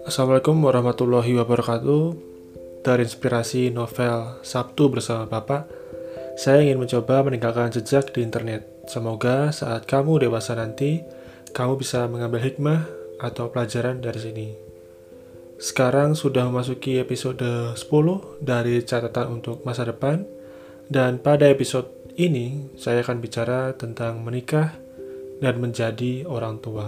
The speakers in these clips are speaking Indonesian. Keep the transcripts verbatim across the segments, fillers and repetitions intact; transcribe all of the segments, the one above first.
Assalamualaikum warahmatullahi wabarakatuh. Terinspirasi novel Sabtu bersama Bapak, saya ingin mencoba meninggalkan jejak di internet. Semoga saat kamu dewasa nanti, kamu bisa mengambil hikmah atau pelajaran dari sini. Sekarang sudah memasuki episode sepuluh dari catatan untuk masa depan, dan pada episode ini saya akan bicara tentang menikah dan menjadi orang tua.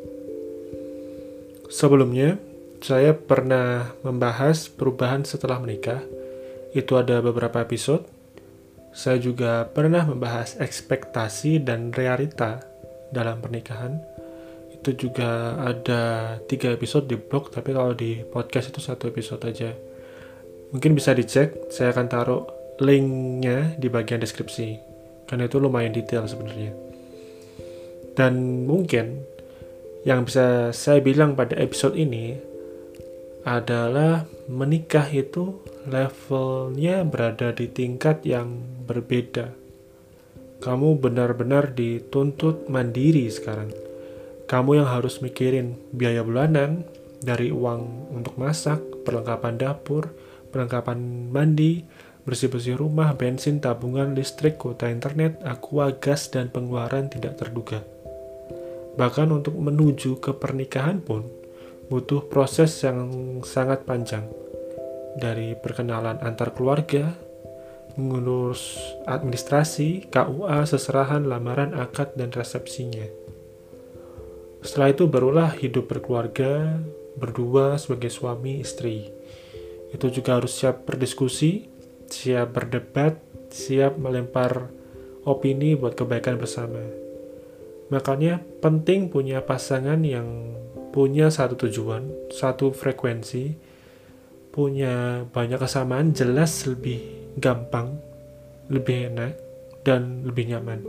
Sebelumnya, saya pernah membahas perubahan setelah menikah. Itu ada beberapa episode. Saya juga pernah membahas ekspektasi dan realita dalam pernikahan. Itu juga ada tiga episode di blog, tapi kalau di podcast itu satu episode aja. Mungkin bisa dicek, saya akan taruh linknya di bagian deskripsi. Karena itu lumayan detail sebenarnya. Dan mungkin yang bisa saya bilang pada episode ini adalah menikah itu levelnya berada di tingkat yang berbeda. Kamu benar-benar dituntut mandiri sekarang. Kamu yang harus mikirin biaya bulanan, dari uang untuk masak, perlengkapan dapur, perlengkapan mandi, bersih-bersih rumah, bensin, tabungan, listrik, kuota internet, aqua, gas, dan pengeluaran tidak terduga. Bahkan untuk menuju ke pernikahan pun butuh proses yang sangat panjang. Dari perkenalan antar keluarga, mengurus administrasi, K U A, seserahan, lamaran, akad, dan resepsinya. Setelah itu barulah hidup berkeluarga, berdua sebagai suami istri. Itu juga harus siap berdiskusi, siap berdebat, siap melempar opini buat kebaikan bersama. Makanya penting punya pasangan yang punya satu tujuan, satu frekuensi, punya banyak kesamaan, jelas lebih gampang, lebih enak, dan lebih nyaman.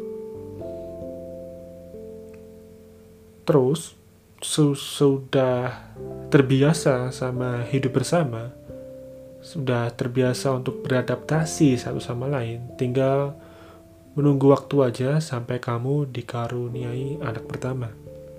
Terus, sudah terbiasa sama hidup bersama, sudah terbiasa untuk beradaptasi satu sama lain, tinggal menunggu waktu aja sampai kamu dikaruniai anak pertama.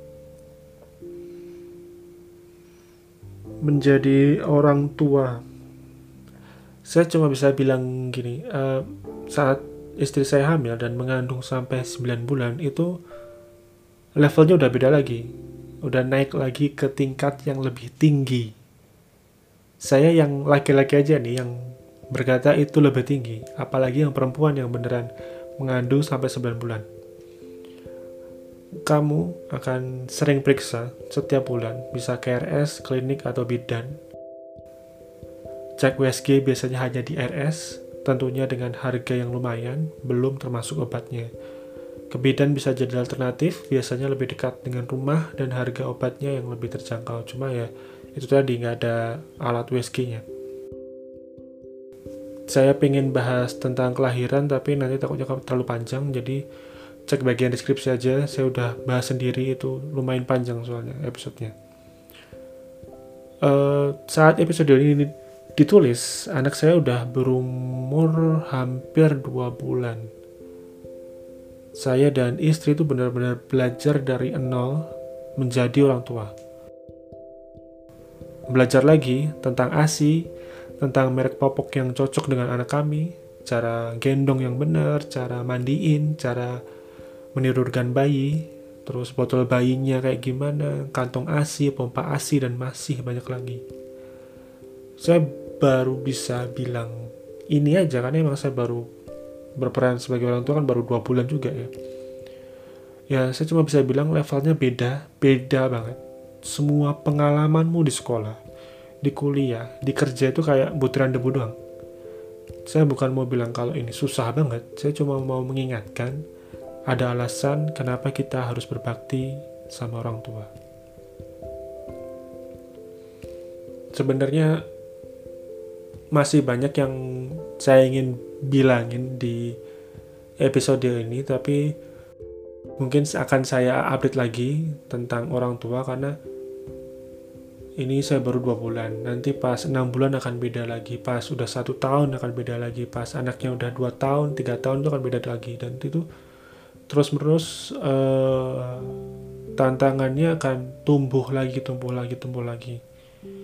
Menjadi orang tua, saya cuma bisa bilang gini, uh, saat istri saya hamil dan mengandung sampai sembilan bulan, itu levelnya udah beda lagi. Udah naik lagi ke tingkat yang lebih tinggi. Saya yang laki-laki aja nih yang berkata itu lebih tinggi, apalagi yang perempuan yang beneran mengandung sampai sembilan bulan. Kamu akan sering periksa setiap bulan, bisa K R S, klinik, atau bidan. Cek U S G biasanya hanya di R S, tentunya dengan harga yang lumayan, belum termasuk obatnya. Ke bidan bisa jadi alternatif, biasanya lebih dekat dengan rumah dan harga obatnya yang lebih terjangkau. Cuma ya, itu tadi nggak ada alat U S G-nya. Saya pengen bahas tentang kelahiran, tapi nanti takutnya terlalu panjang, jadi cek bagian deskripsi aja. Saya udah bahas sendiri, itu lumayan panjang soalnya episodenya. Uh, saat episode ini ditulis, anak saya udah berumur hampir dua bulan. Saya dan istri itu benar-benar belajar dari nol menjadi orang tua. Belajar lagi tentang A S I, tentang merek popok yang cocok dengan anak kami, cara gendong yang benar, cara mandiin, cara menidurkan bayi, terus botol bayinya kayak gimana, kantong A S I, pompa A S I, dan masih banyak lagi. Saya baru bisa bilang ini aja karena emang saya baru berperan sebagai orang tua kan baru dua bulan juga ya. Ya saya cuma bisa bilang levelnya beda, beda banget. Semua pengalamanmu di sekolah, di kuliah, di kerja itu kayak butiran debu doang. Saya bukan mau bilang kalau ini susah banget, saya cuma mau mengingatkan ada alasan kenapa kita harus berbakti sama orang tua. Sebenarnya masih banyak yang saya ingin bilangin di episode ini, tapi mungkin akan saya update lagi tentang orang tua karena ini saya baru dua bulan. Nanti pas enam bulan akan beda lagi, pas udah satu tahun akan beda lagi, pas anaknya udah dua tahun, tiga tahun itu akan beda lagi. Dan itu terus-menerus uh, tantangannya akan tumbuh lagi, tumbuh lagi, tumbuh lagi.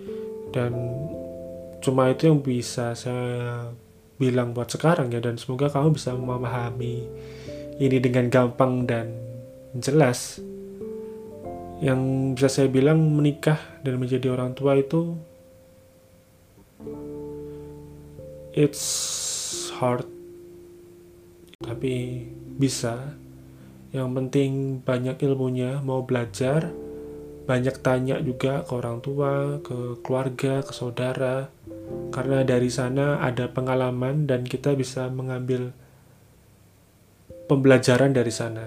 Dan cuma itu yang bisa saya bilang buat sekarang ya, dan semoga kamu bisa memahami ini dengan gampang dan jelas. Yang bisa saya bilang, menikah dan menjadi orang tua itu it's hard, tapi bisa. Yang penting banyak ilmunya, mau belajar, banyak tanya juga ke orang tua, ke keluarga, ke saudara, karena dari sana ada pengalaman dan kita bisa mengambil pembelajaran dari sana.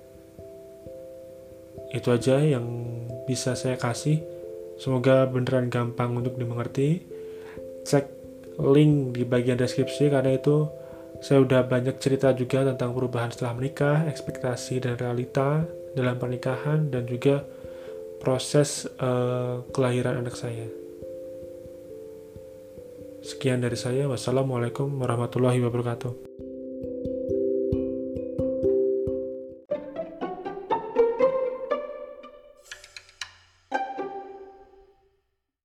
Itu aja yang bisa saya kasih. Semoga beneran gampang untuk dimengerti. Cek link di bagian deskripsi, karena itu saya udah banyak cerita juga tentang perubahan setelah menikah, ekspektasi dan realita dalam pernikahan, dan juga proses uh, kelahiran anak saya. Sekian dari saya. Wassalamualaikum warahmatullahi wabarakatuh.